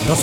Santos.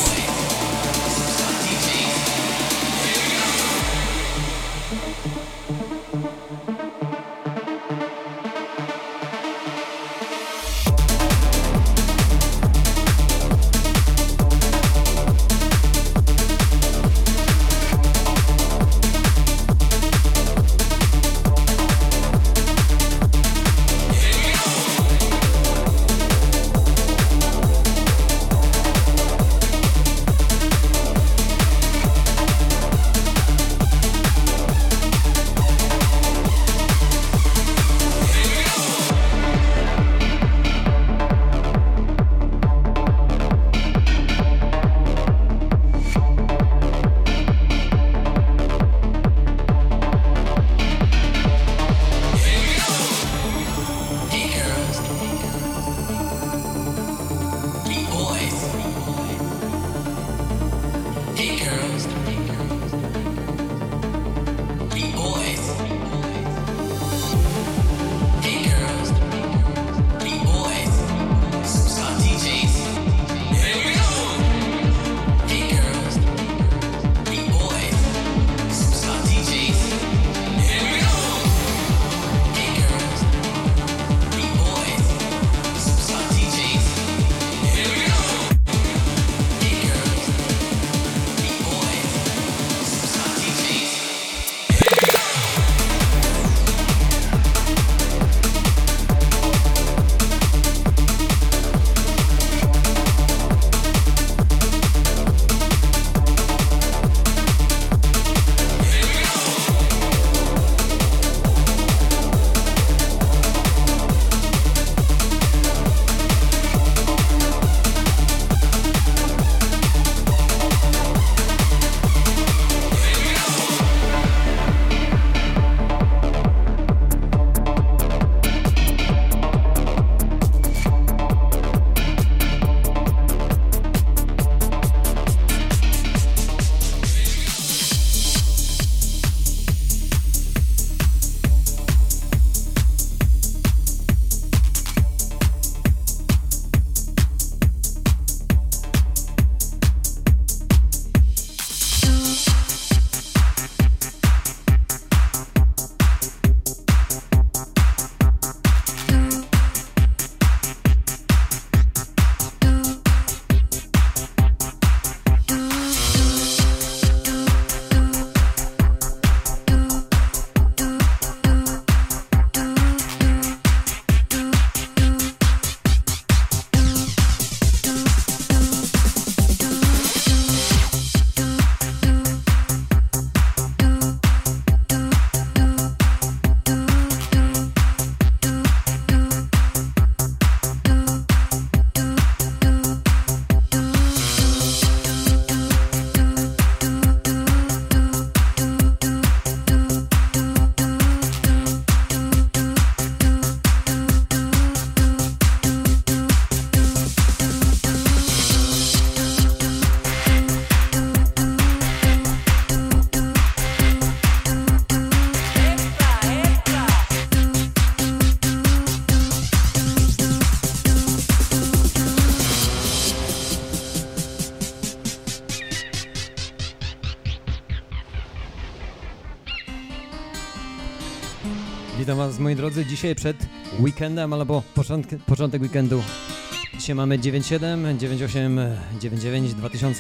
Witam Was, moi drodzy, dzisiaj przed weekendem albo początek weekendu. Dzisiaj mamy 9.7, 9.8, 9.9, 2000.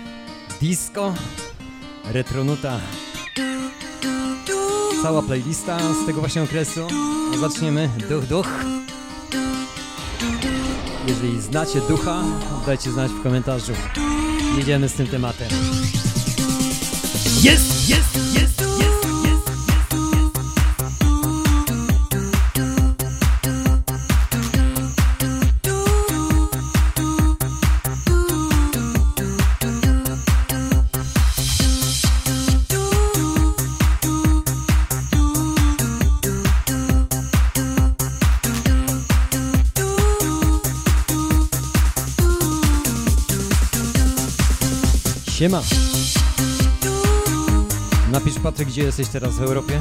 Disco, Retronuta. Cała playlista z tego właśnie okresu. Zaczniemy Duch. Jeżeli znacie Ducha, dajcie znać w komentarzu. Jedziemy z tym tematem. Jest! Siema! Napisz, Patryk, gdzie jesteś teraz w Europie?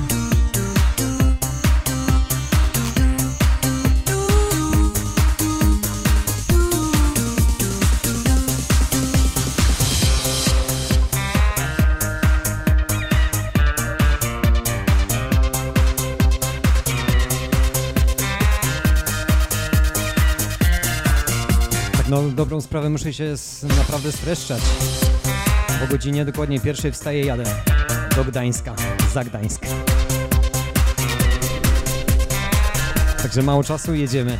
No, dobrą sprawę muszę się naprawdę streszczać. Po godzinie dokładnie pierwszej wstaję, jadę do Gdańska, za Gdańsk. Także mało czasu, jedziemy.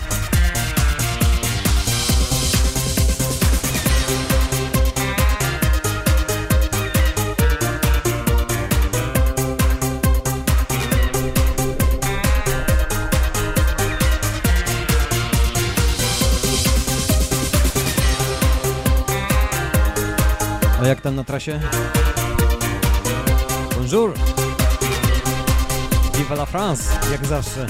A jak tam na trasie? Bonjour! Vive la France, jak zawsze.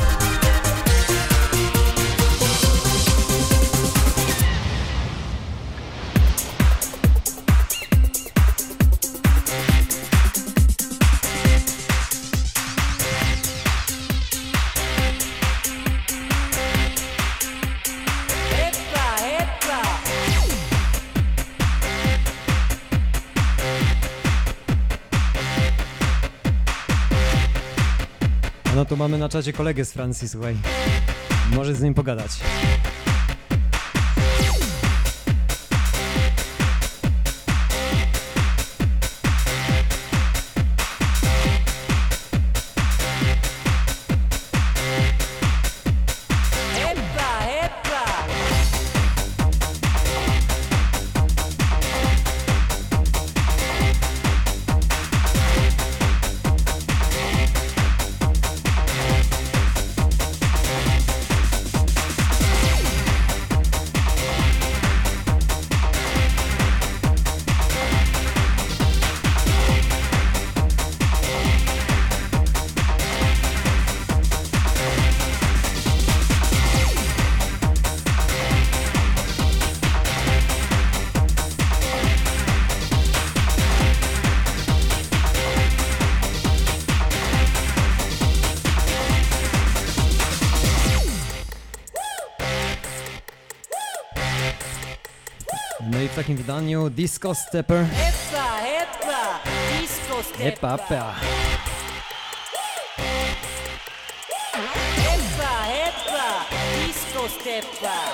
No tu mamy na czacie kolegę z Francji, słuchaj. Możesz z nim pogadać. No i w takim wydaniu Disco Stepper. Disco Stepper. Epa, epa. Disco Stepper.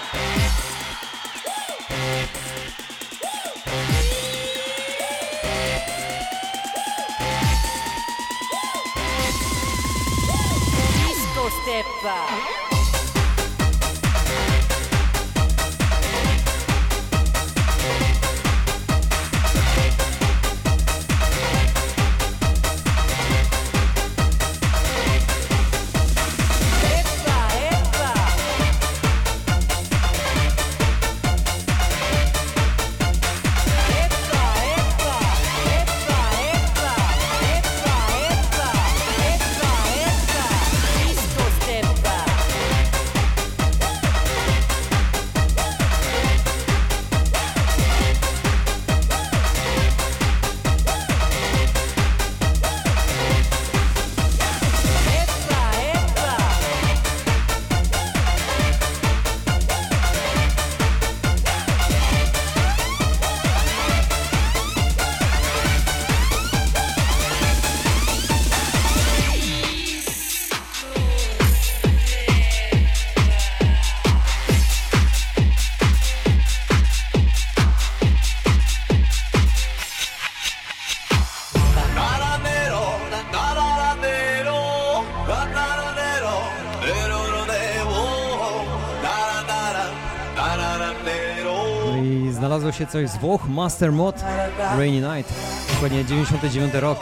Disco Stepper. Znalazło się coś z Włoch, Master Mod, Rainy Night, dokładnie 99 rok.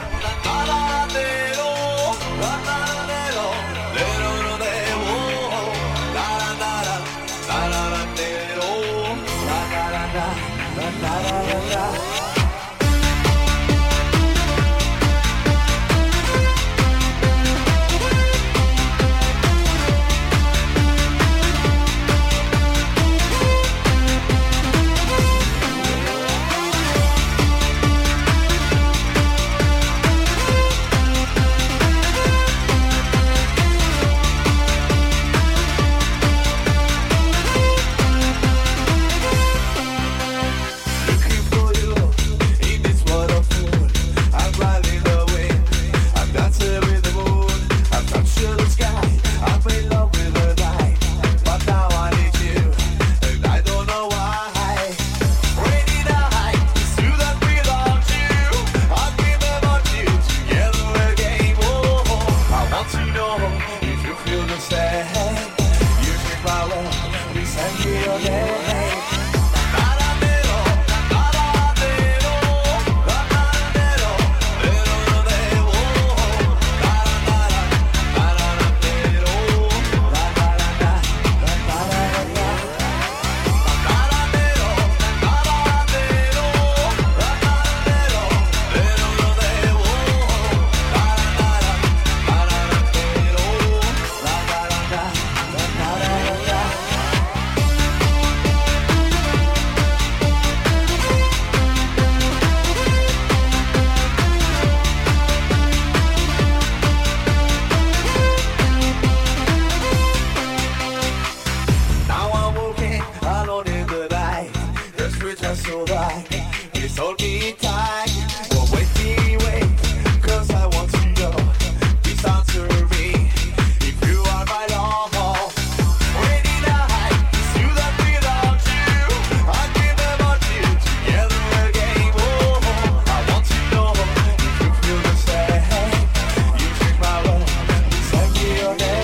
just alright. Please hold me tight. Don't wait me, wait, 'cause I want to know. Please answer me if you are my love. When did I do that without you? I dream about you together again. Oh, I want to know if you feel the same. You take my love, send me your name.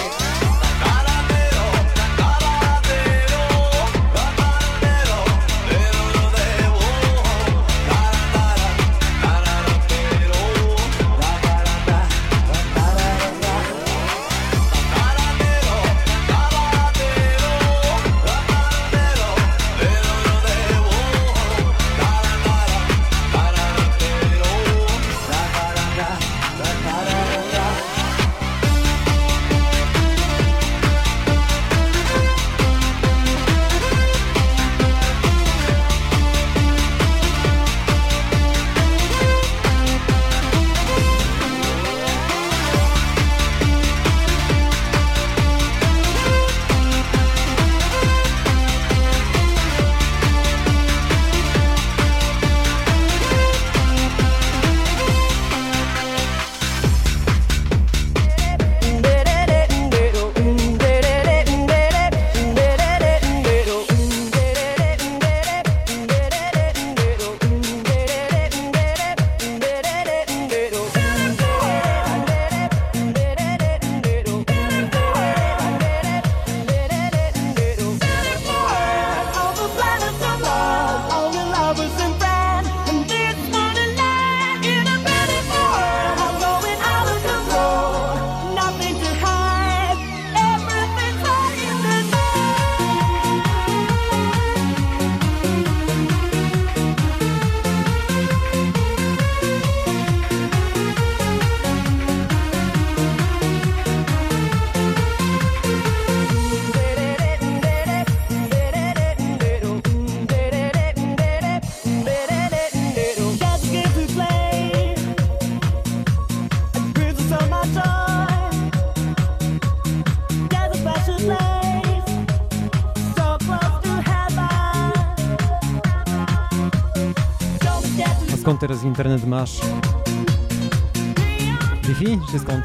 Skąd teraz internet masz? Wi-Fi czy skąd?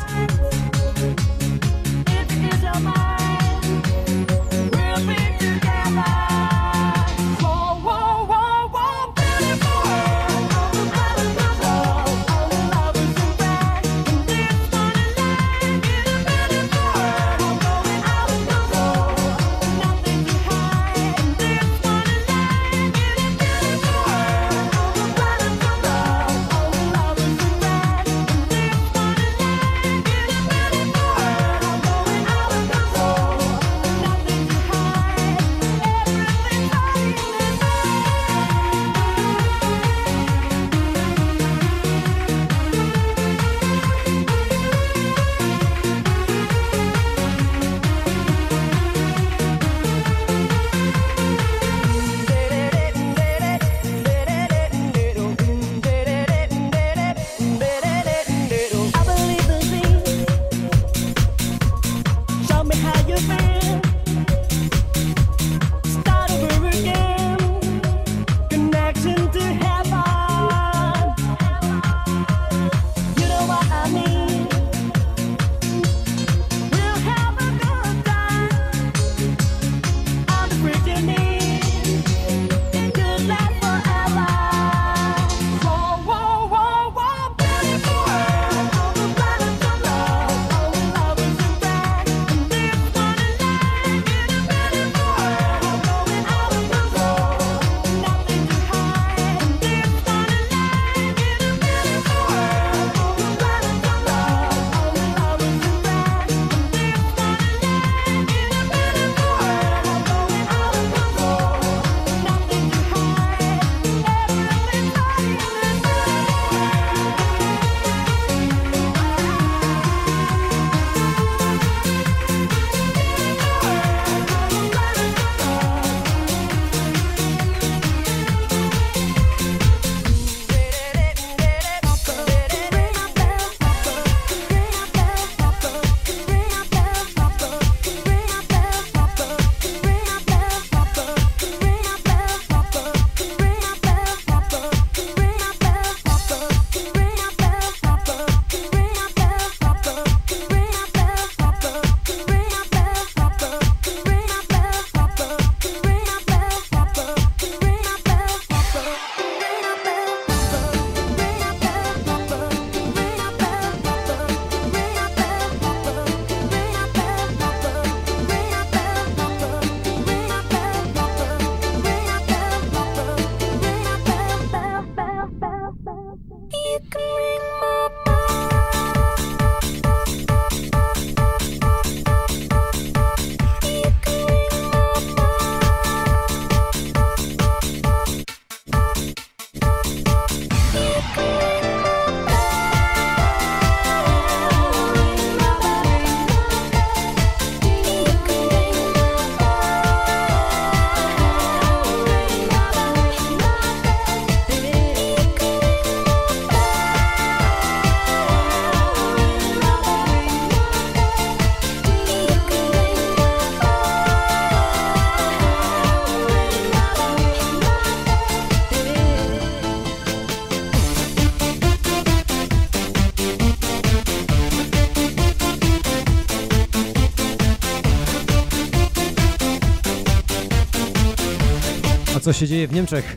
A co się dzieje w Niemczech?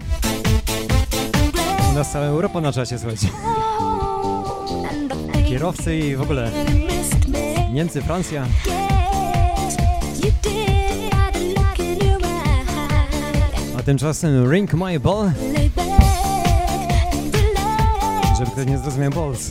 U nas cała Europa na czasie, słuchajcie. Kierowcy i w ogóle Niemcy, Francja. A tymczasem Ring My Bell. Żeby ktoś nie zrozumiał balls.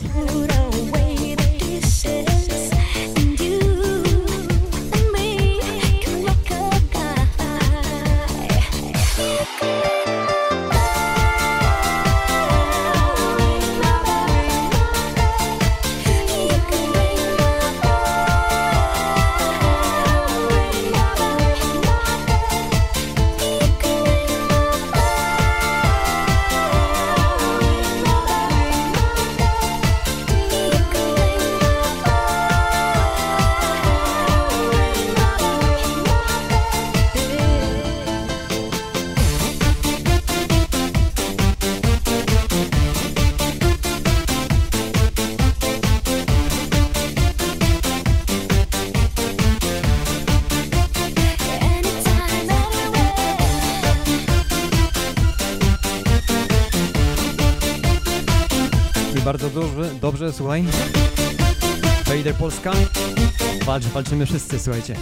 Bardzo dobrze, słuchaj. Fader Polska. Walczymy wszyscy, słuchajcie.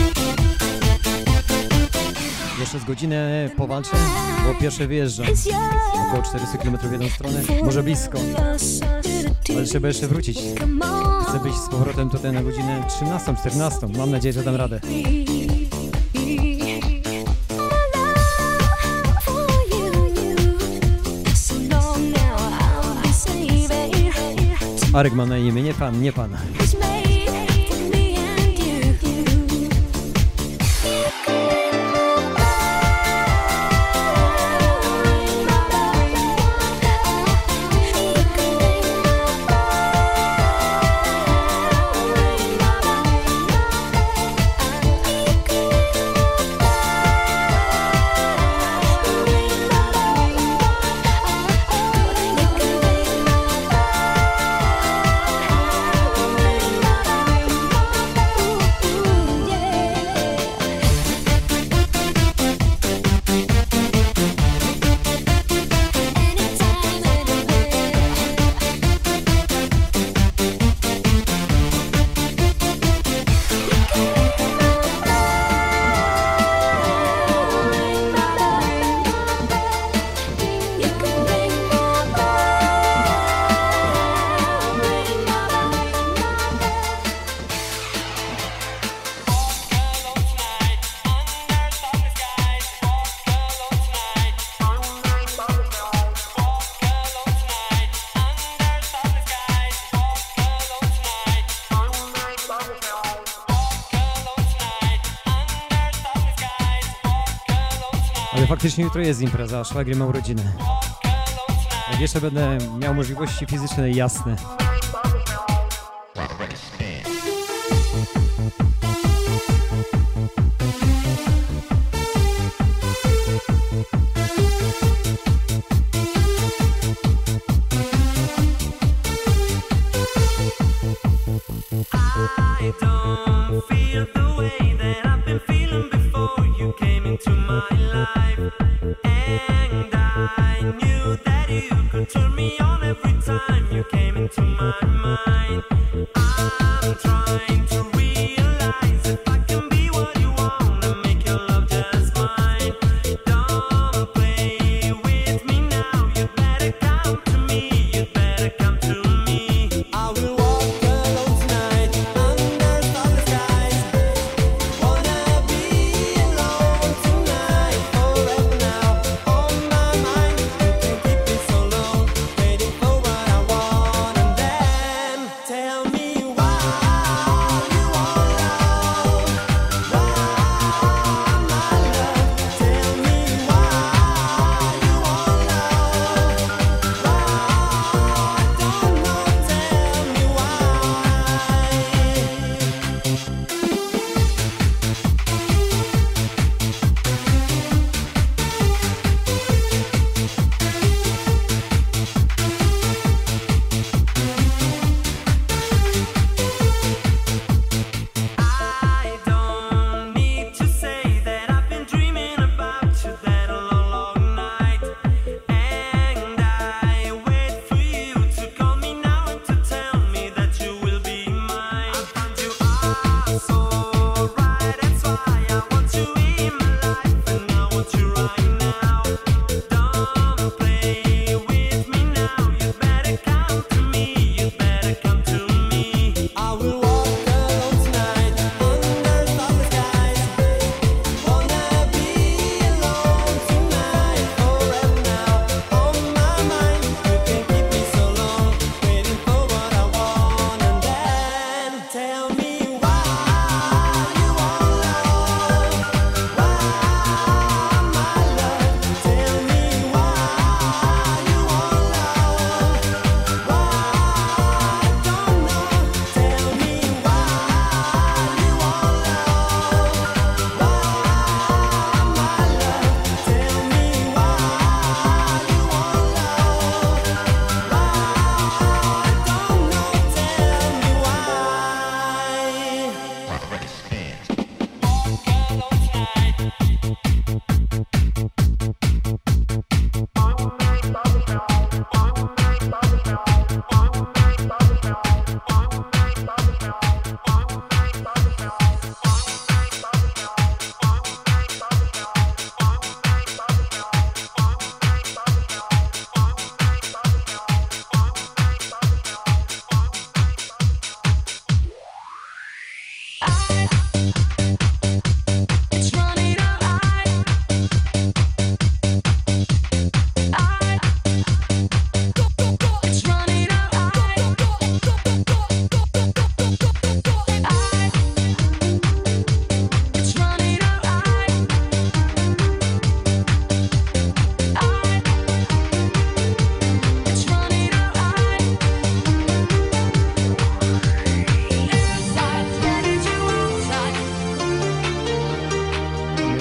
Jeszcze z godzinę powalczę, bo pierwsze wyjeżdża. Około 400 km w jedną stronę, może blisko. Ale trzeba jeszcze wrócić. Chcę być z powrotem tutaj na godzinę 13, 14. Mam nadzieję, że dam radę. Arek ma na imię, nie pan. Ale faktycznie jutro jest impreza, szwagier ma urodziny. Jak jeszcze będę miał możliwości fizyczne, jasne.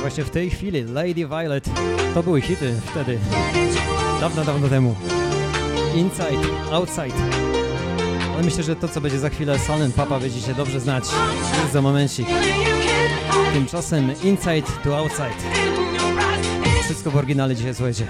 właśnie w tej chwili. Lady Violet. To były hity wtedy. Dawno, dawno temu. Inside, Outside. Ale myślę, że to, co będzie za chwilę, Silent Papa, będziecie dobrze znać. Już za momencik. Tymczasem Inside to Outside. Wszystko w oryginale dzisiaj, słuchajcie.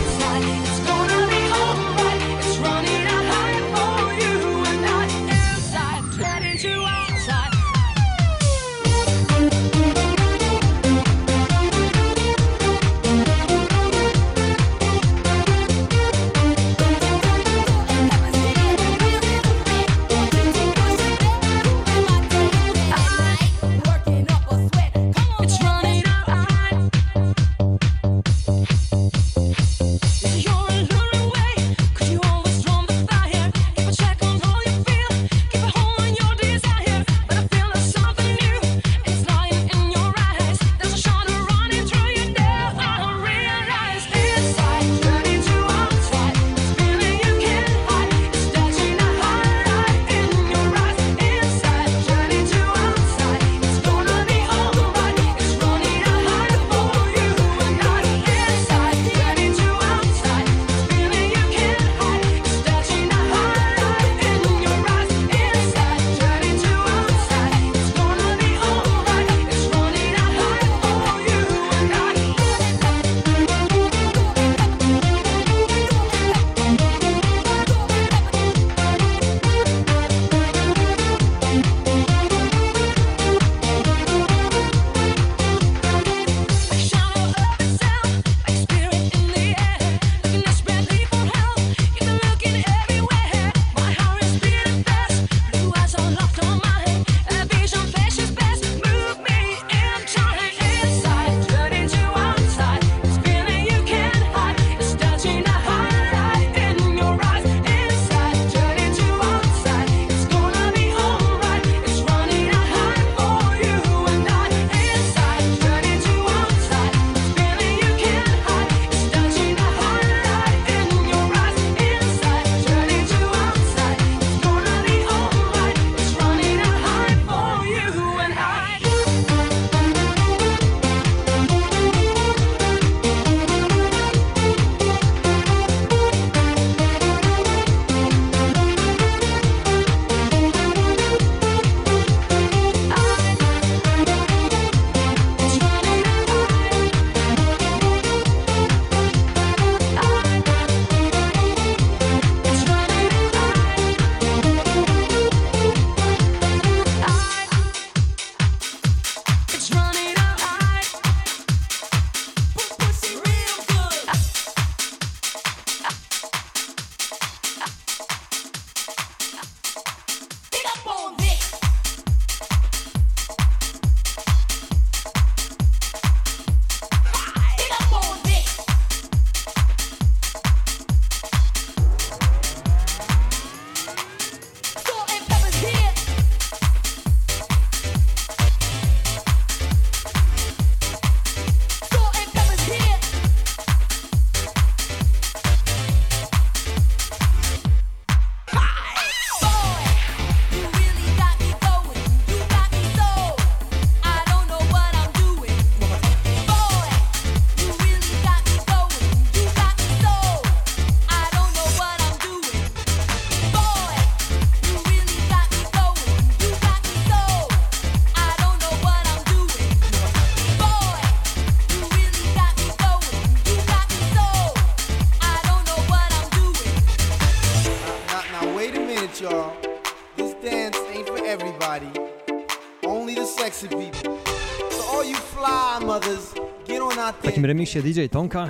W takim remiksie DJ Tonka.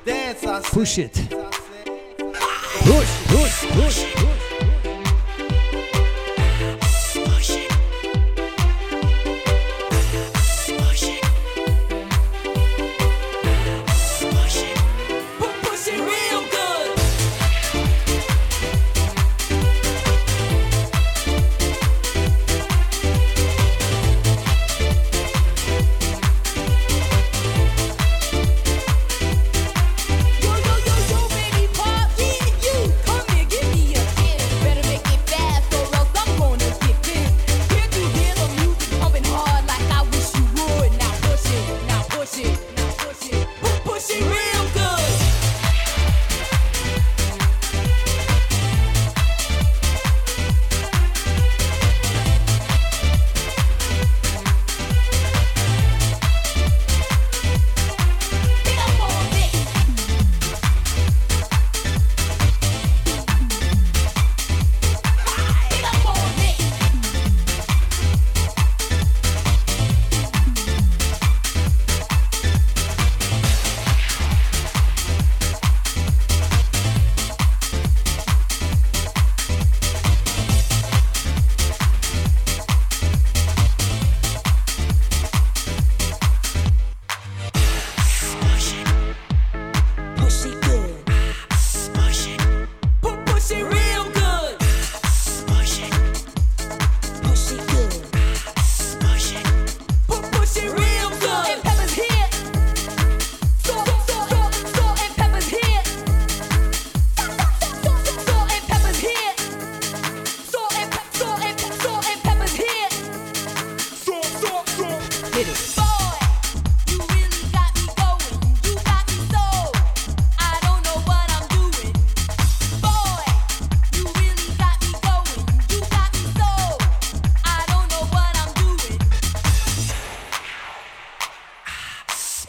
Push it. Push, push, push, push. Yo, yo, yo, yo, baby, pop, me and you. Come here, give me a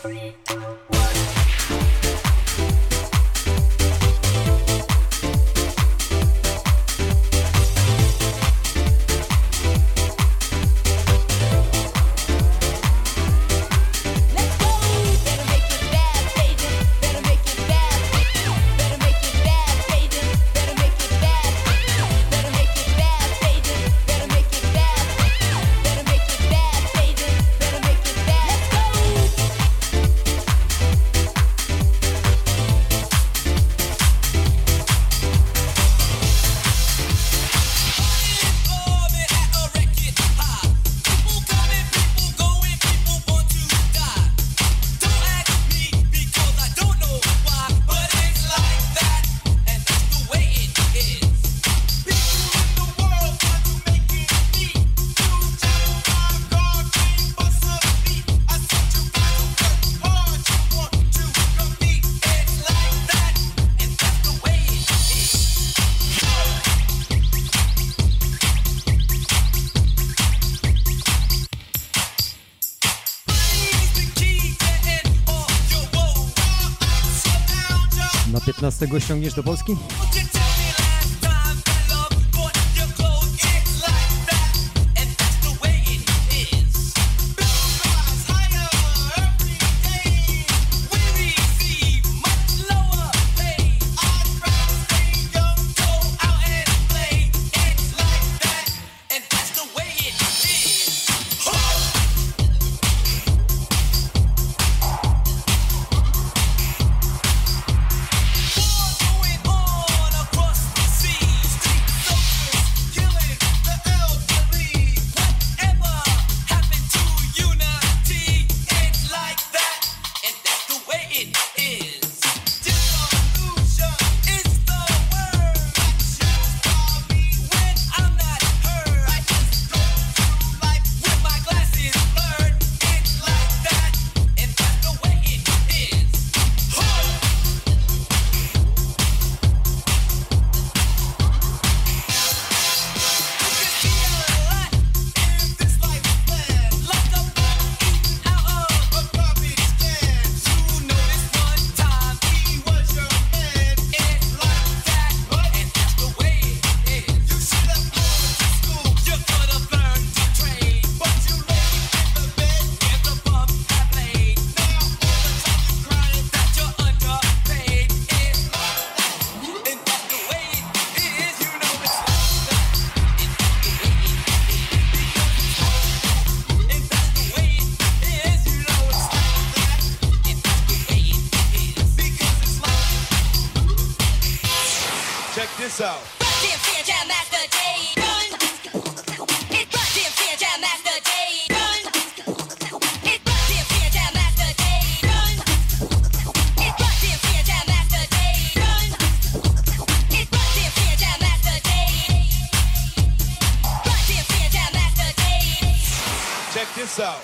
Na 15 ściągniesz do Polski? this out. Check this out.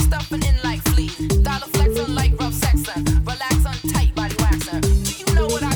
Relax on tight body waxer. Do you know what I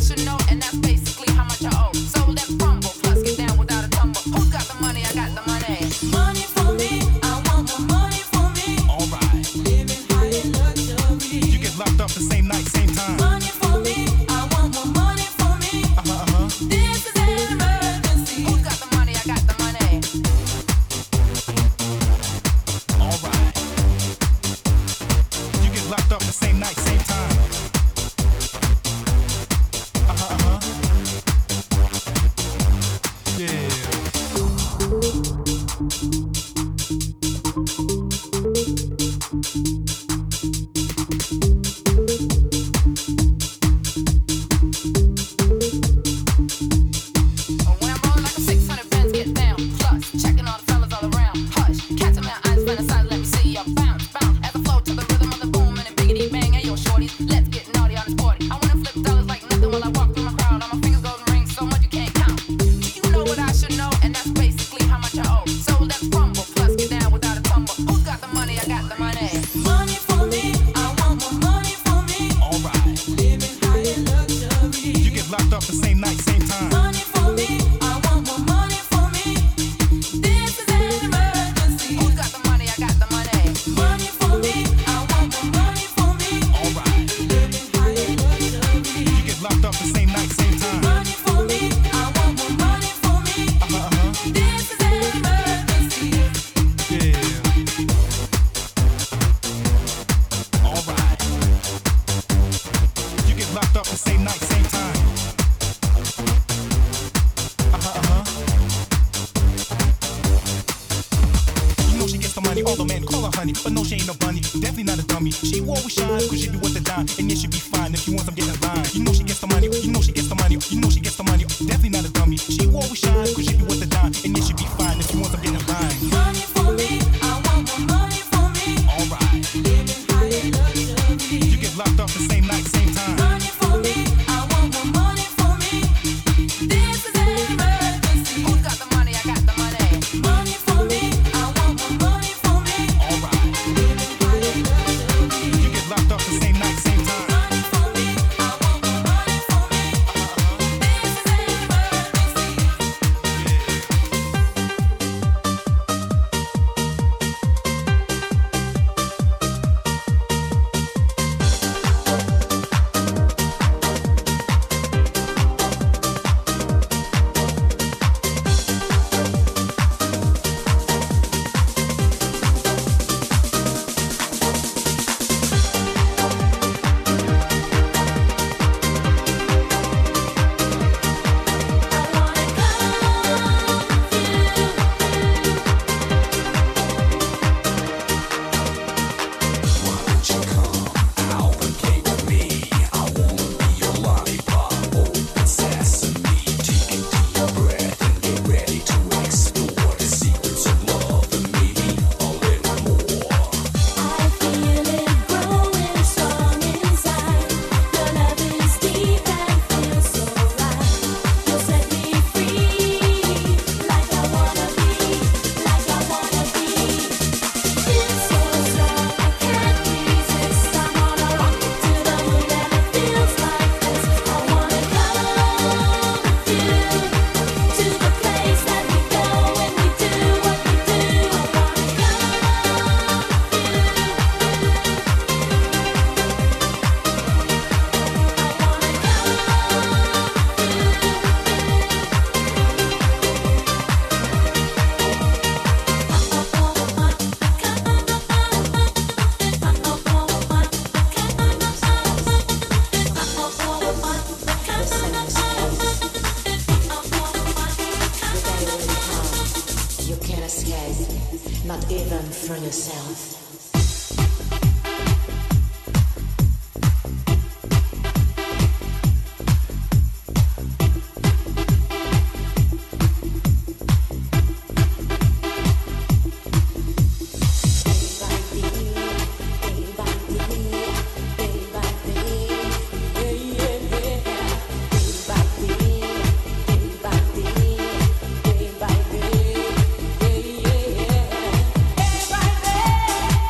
Dollars like nothing while I walk through my crowd. All my fingers golden rings, so much you can't count. Do you know what I should know? And that's basically how much I owe. So let's rumble, plus get down without a tumble. Who's got the money? I got the money. Money for me, I want more money for me. Alright. Living high in luxury. You get locked up the same night, same time. Money for me, I want more money for me. This is an emergency. Who's got the money? I got the money. Money for me, I want more money for me. Alright. Living high in luxury. You get locked up the same night, same time. Money for me, I want more money for me. This is an emergency. Yeah. Alright. You get locked up the same night, same time. You know she gets the money, all the men call her honey, but no, she ain't no bunny, definitely not a dummy. She will always shine, cause she be worth a dime, and yeah, she be fine if you want some get in line. You know she gets the money, you know she gets the money, you know she gets the money, definitely not a dummy. She will always shine, cause she be worth a dime, and yeah, she be fine if you want some get in line. Money for me, I want more money for me. Alright. Living high in luxury. You get locked up the same night, same time. Money for me, I want more money for me. This is an emergency. Who's got the money? I got the money. Money for me, I want more money for me. Alright. Living high in luxury. You get locked up the same night, same time. Money for me, I want more money for me. This is an emergency. I feel it growing strong inside. Your love is deep and feels so right. You set me free, like I wanna be, like I wanna be. Feels so strong, I can't resist. I wanna rock it to the moon and it feels like this. I wanna go with you to the place that we go when we do what we do. I wanna go. You can't escape, not even from yourself. Everybody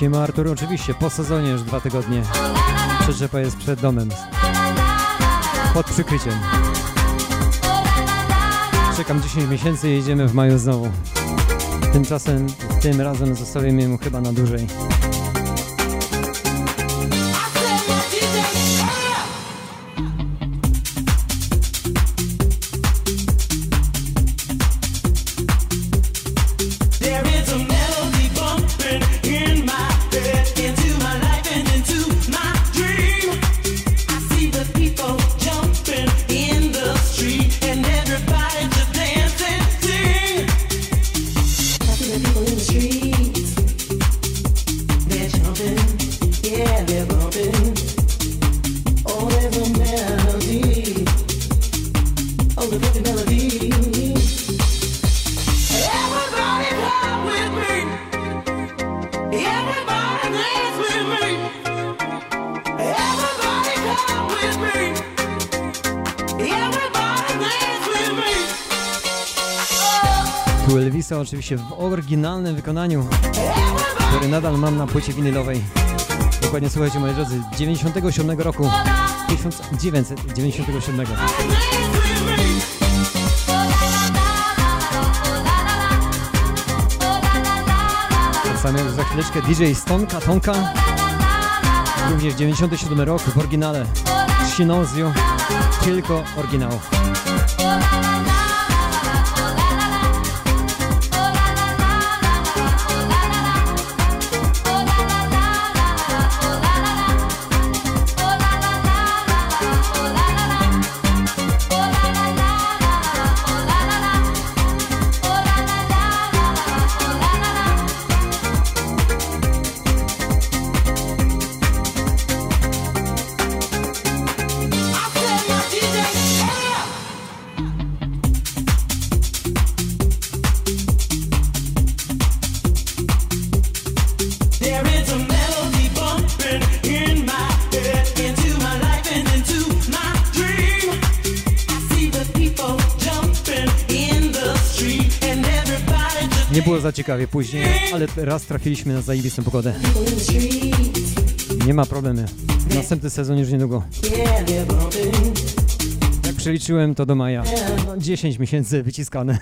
Siema Artur, oczywiście, po sezonie już 2 tygodnie. Przyczepa jest przed domem. Pod przykryciem. Czekam 10 miesięcy i jedziemy w maju znowu. Tymczasem, tym razem zostawimy mu chyba na dłużej. Tu Elvisa oczywiście w oryginalnym wykonaniu, który nadal mam na płycie winylowej. Dokładnie, słuchajcie moi drodzy, 97 roku, 1997. Tak samo jak za chwileczkę DJ Stonka Tonka, również 97 rok w oryginale, Shinozio, tylko oryginał. Nie było za ciekawie później, ale raz trafiliśmy na zajebistą pogodę. Nie ma problemy. Następny sezon już niedługo. Jak przeliczyłem, to do maja. 10 miesięcy wyciskane.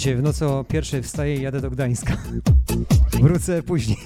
Dzisiaj w nocy o 1:00 wstaję i jadę do Gdańska. Wrócę później.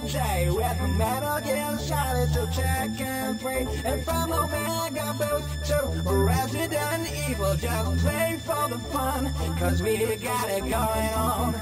J with the Metal Gear Solid to check and play. And from Omega Boost to Resident Evil, just play for the fun, cause we got it going on.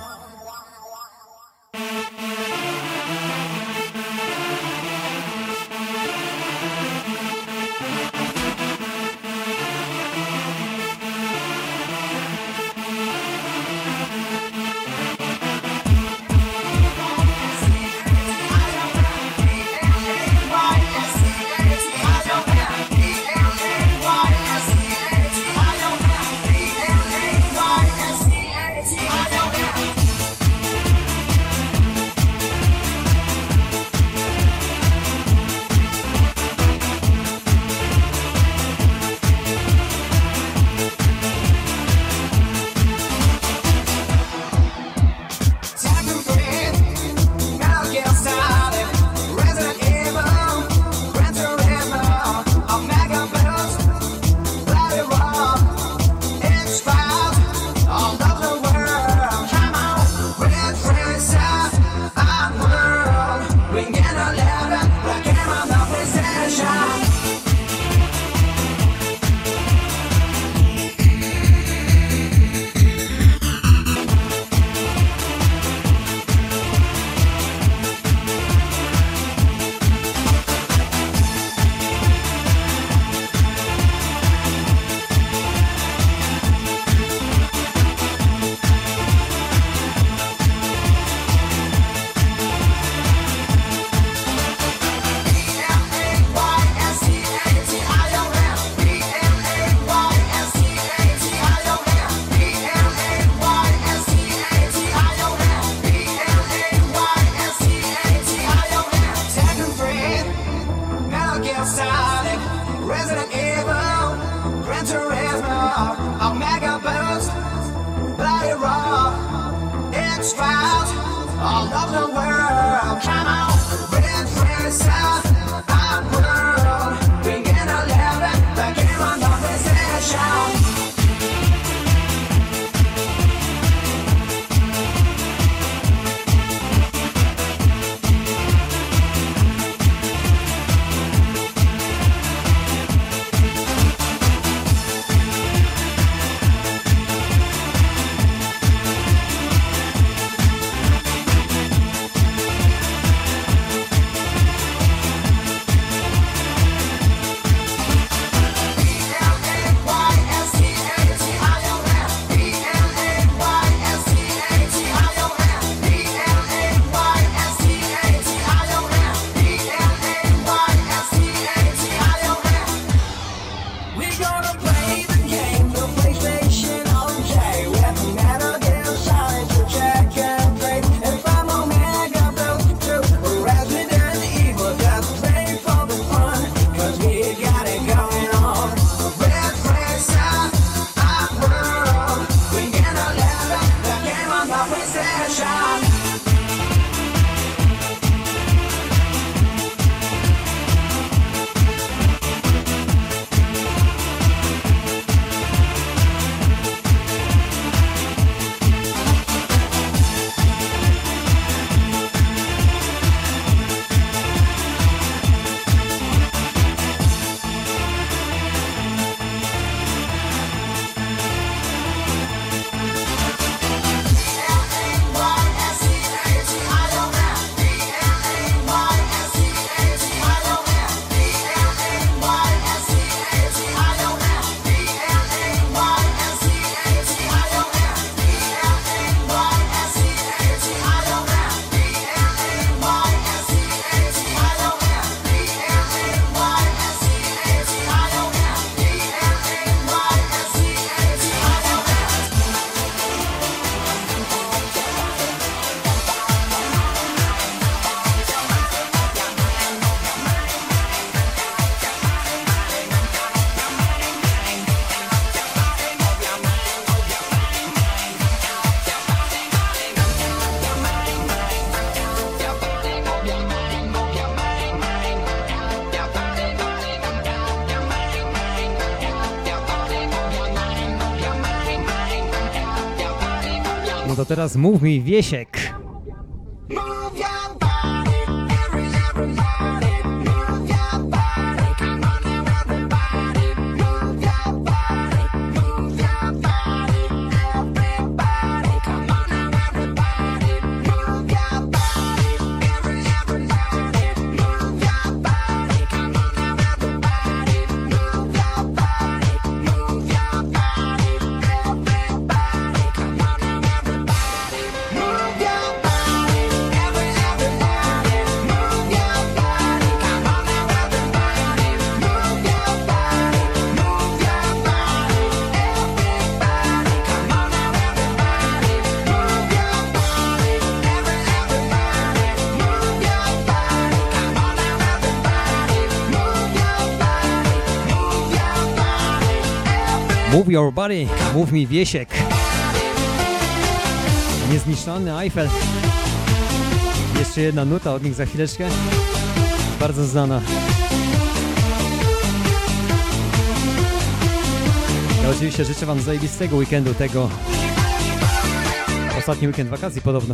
Resident Evil, Gran Turismo, Omega Boost, Bloody Raw, X-Files, all over the world. Come on, Red Racer, our world. Begin 11, the game on the PlayStation. No to teraz mów mi, Wiesiek. Move your body, Move Your Body, Mów mi Wiesiek. Niezniszczony Eiffel. Jeszcze jedna nuta od nich za chwileczkę. Bardzo znana. Ja oczywiście życzę wam zajebistego weekendu, tego ostatni weekend wakacji podobno.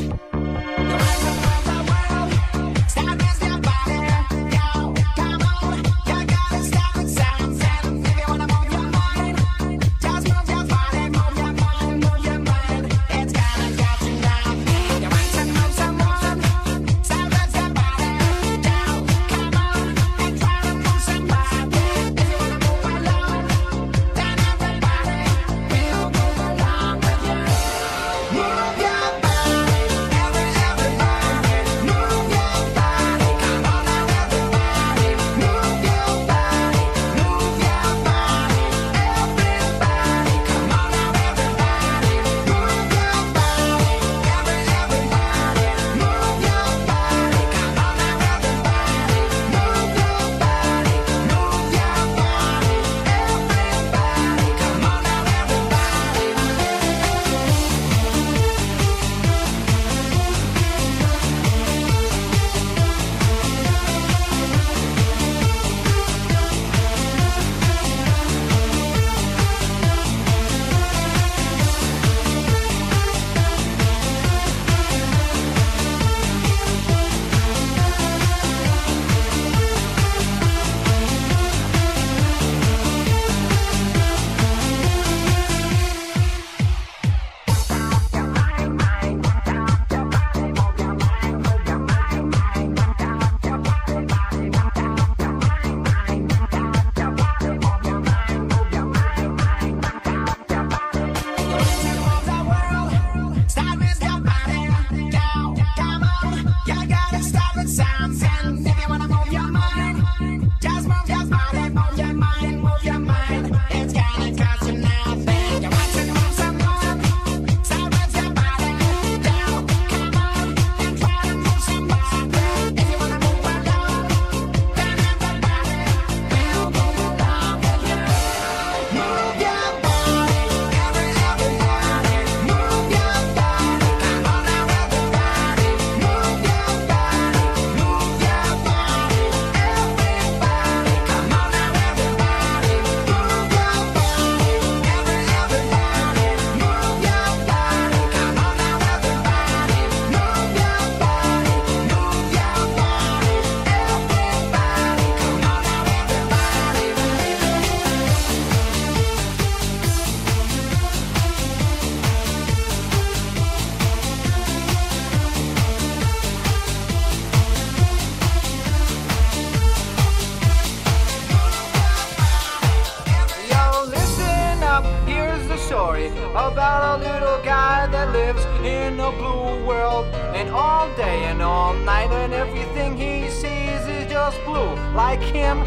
about a little guy that lives in a blue world, and all day and all night and everything he sees is just blue, like him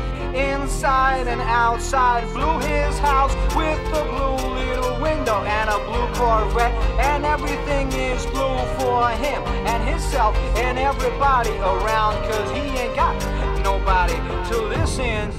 inside and outside. Blue his house with a blue little window and a blue Corvette, and everything is blue for him and himself and everybody around, 'cause he ain't got nobody to listen.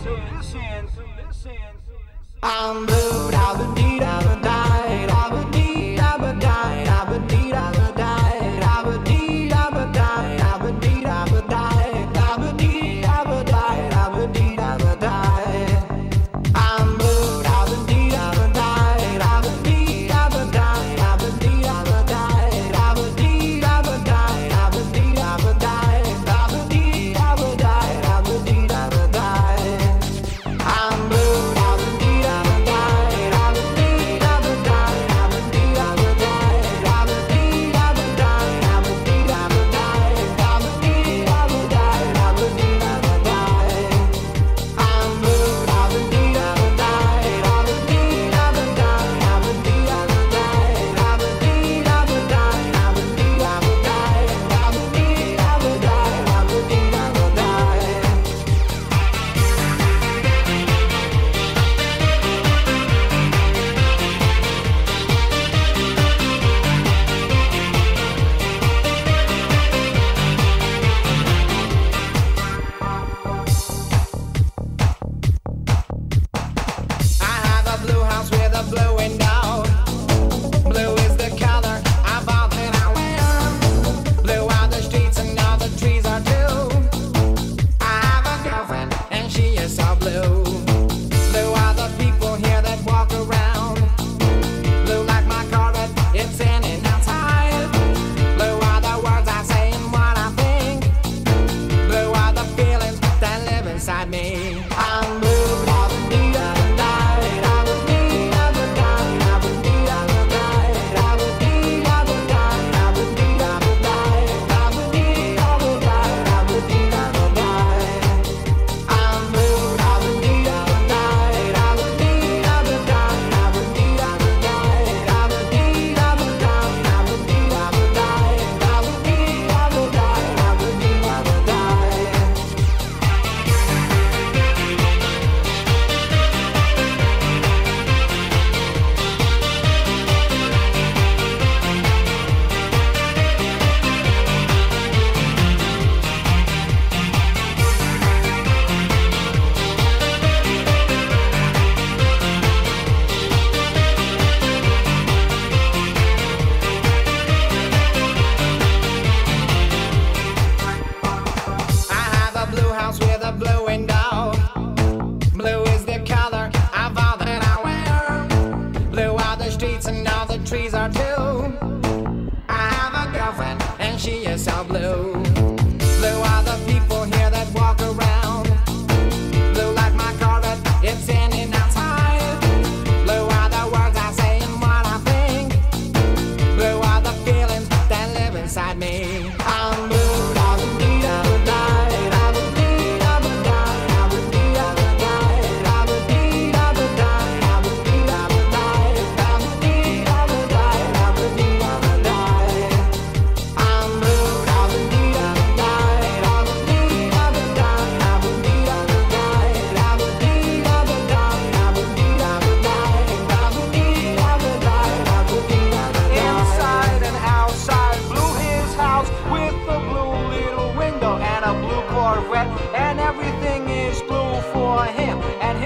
I'm blue, da ba dee da ba die, da ba dee da ba die, da ba dee da ba die, da ba dee da ba die, da ba dee da ba die, da ba dee da ba die, da ba dee da ba die. I'm blue, da ba dee da ba die, da ba dee da ba die, da ba dee da ba die, da ba dee da ba die, da ba dee da ba die, da ba dee da ba die, da ba dee da ba die. I'm blue.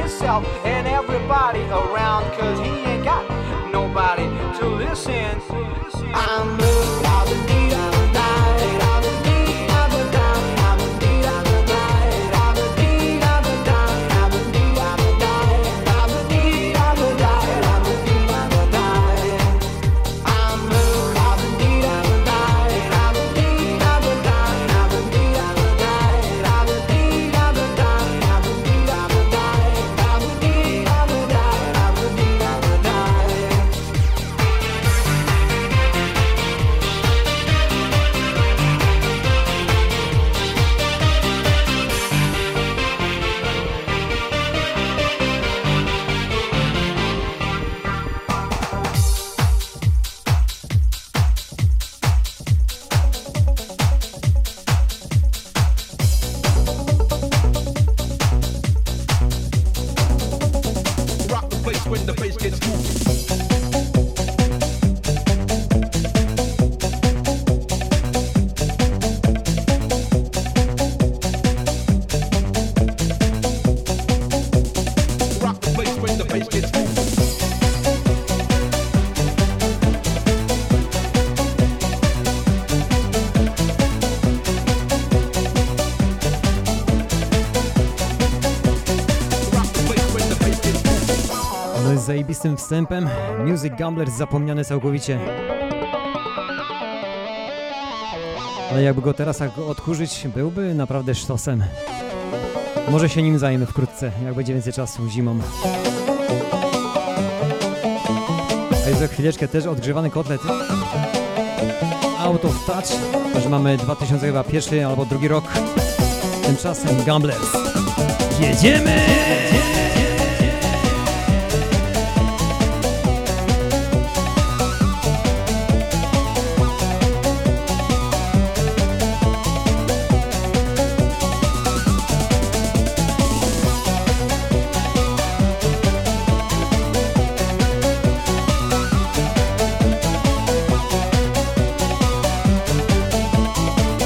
himself and everybody around, cause he ain't got nobody to listen. I'm moved, I've been need, I've been died, I've been need, I've been died, I've been need, I've been died, I've been need, I've been died, I've been need, I've been died, I've been need, I've been died, I've been need, I've been died. I'm moved, I've been need, I've been died, I've been need, I've been died, I've been need, I've been died, I've been need, I've been died, I've been need, I've been died, I've been need, I've been died, I've been need, I've been died. Rock the place when the bass gets moving. Rock the place when the bass gets moving. Rock the place when the bass gets moving. No jest zajebistym wstępem. Music Gamblers zapomniane całkowicie. Ale jakby go teraz tak odkurzyć, byłby naprawdę sztosem. Może się nim zajmę wkrótce, jak będzie więcej czasu zimą. A jest za chwileczkę też odgrzewany kotlet. Out of Touch, że mamy 2001 albo drugi rok. Tymczasem Gamblers. Jedziemy!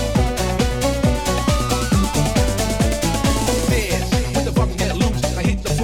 Dance with the bump get loose. I hit the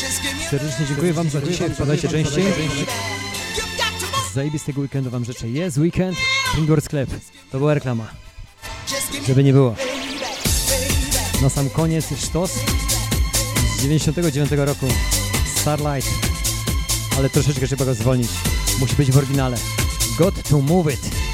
Serdecznie dziękuję wam za dzisiaj, wpadajcie częściej. Zajebistego weekendu wam życzę. Jest weekend, Indoor Sklep. To była reklama. Żeby nie było. Na sam koniec sztos z 99 roku. Starlight. Ale troszeczkę trzeba go zwolnić. Musi być w oryginale. Got to move it.